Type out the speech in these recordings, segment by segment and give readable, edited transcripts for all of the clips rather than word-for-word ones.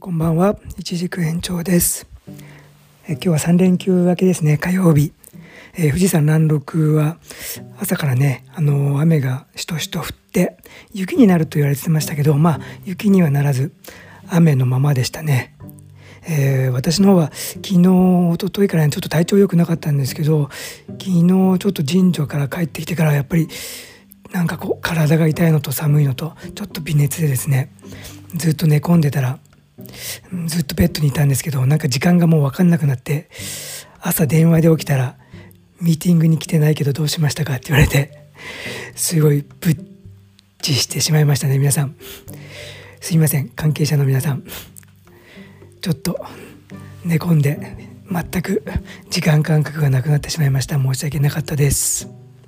こんばんは、一軸延長です。今日は3連休明けですね、火曜日。富士山南麓は朝からね、雨がしとしと降って雪になると言われてましたけど、雪にはならず雨のままでしたね。私の方は昨日一昨日からちょっと体調良くなかったんですけど、昨日ちょっと神社から帰ってきてからやっぱりなんか体が痛いのと寒いのとちょっと微熱でですね、ずっと寝込んでたらずっとベッドにいたんですけど、なんか時間がもう分かんなくなって、朝電話で起きたらミーティングに来てないけどどうしましたかって言われて、すごいブッチしてしまいましたね。皆さんすいません、関係者の皆さん、ちょっと寝込んで全く時間感覚がなくなってしまいました。申し訳なかったです。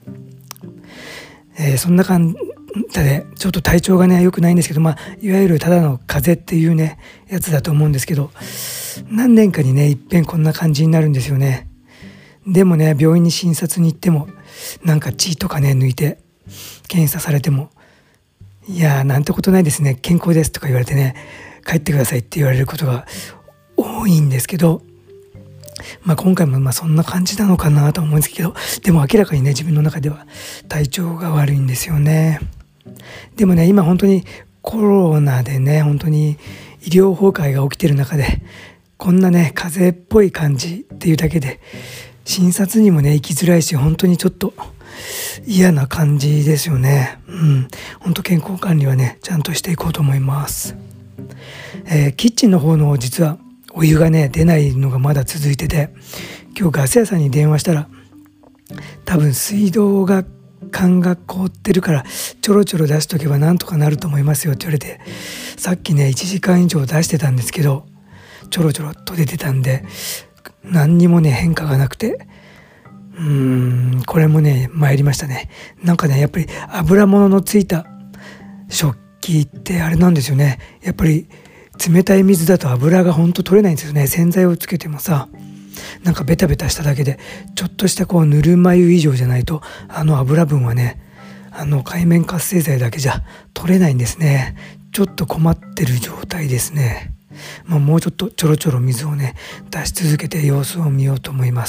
そんな感じでちょっと体調がね良くないんですけど、いわゆるただの風邪っていうねやつだと思うんですけど、何年かにねいっぺんこんな感じになるんですよね。でもね、病院に診察に行ってもなんか血とかね抜いて検査されても、いやなんてことないですね、健康ですとか言われてね、帰ってくださいって言われることが多いんですけど、今回もそんな感じなのかなと思うんですけど、でも明らかにね自分の中では体調が悪いんですよね。でもね、今本当にコロナでね、本当に医療崩壊が起きてる中で、こんなね風邪っぽい感じっていうだけで診察にもね行きづらいし、本当にちょっと嫌な感じですよね。本当健康管理はねちゃんとしていこうと思います。キッチンの方の実はお湯がね出ないのがまだ続いてて、今日ガス屋さんに電話したら、多分水道が管が凍ってるからちょろちょろ出しとけばなんとかなると思いますよって言われて、さっきね1時間以上出してたんですけど、ちょろちょろっと出てたんで何にもね変化がなくて、これもね参りましたね。なんかねやっぱり油物のついた食器ってあれなんですよね。やっぱり冷たい水だと油がほんと取れないんですよね。洗剤をつけてもさ、なんかベタベタしただけで、ちょっとしたぬるま湯以上じゃないと油分はね界面活性剤だけじゃ取れないんですね。ちょっと困ってる状態ですね。もうちょっとちょろちょろ水をね出し続けて様子を見ようと思います。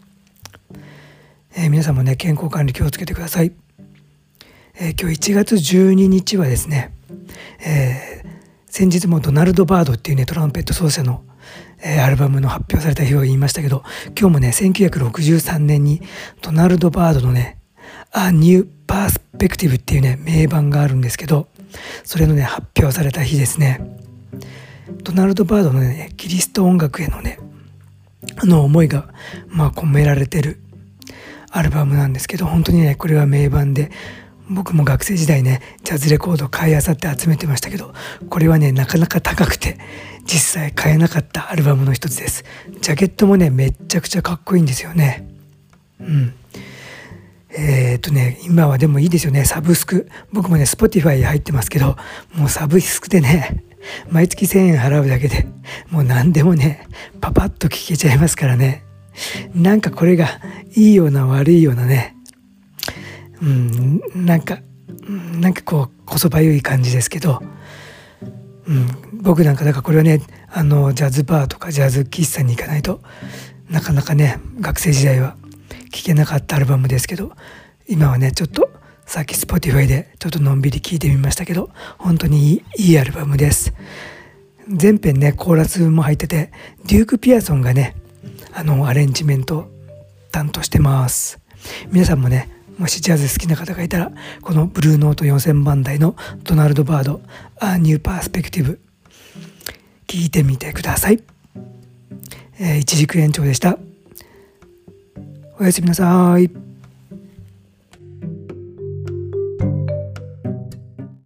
皆さんもね健康管理気をつけてください。今日1月12日はですね、先日もドナルド・バードっていうねトランペット奏者のアルバムの発表された日を言いましたけど、今日もね1963年にドナルド・バードのねA New Perspectiveっていうね名盤があるんですけど、それのね発表された日ですね。ドナルド・バードのねキリスト音楽へのね思いが込められてるアルバムなんですけど、本当にねこれは名盤で、僕も学生時代ねジャズレコード買い漁って集めてましたけど、これはねなかなか高くて実際買えなかったアルバムの一つです。ジャケットもねめっちゃくちゃかっこいいんですよね。今はでもいいですよね、サブスク。僕もね Spotify 入ってますけど、もうサブスクでね毎月1000円払うだけでもう何でもねパパッと聴けちゃいますからね。なんかこれがいいような悪いようなね、なんかこそばゆい感じですけど、僕なんかだからこれはねジャズバーとかジャズ喫茶に行かないとなかなかね学生時代は聴けなかったアルバムですけど、今はねちょっとさっき Spotify でちょっとのんびり聴いてみましたけど、本当にいいアルバムです。全編ねコーラスも入ってて、デューク・ピアソンがねアレンジメント担当してます。皆さんもねもしジャズ好きな方がいたら、このブルーノート4000番台のドナルド・バード A New Perspective 聞いてみてください。一軸延長でした。おやすみなさい。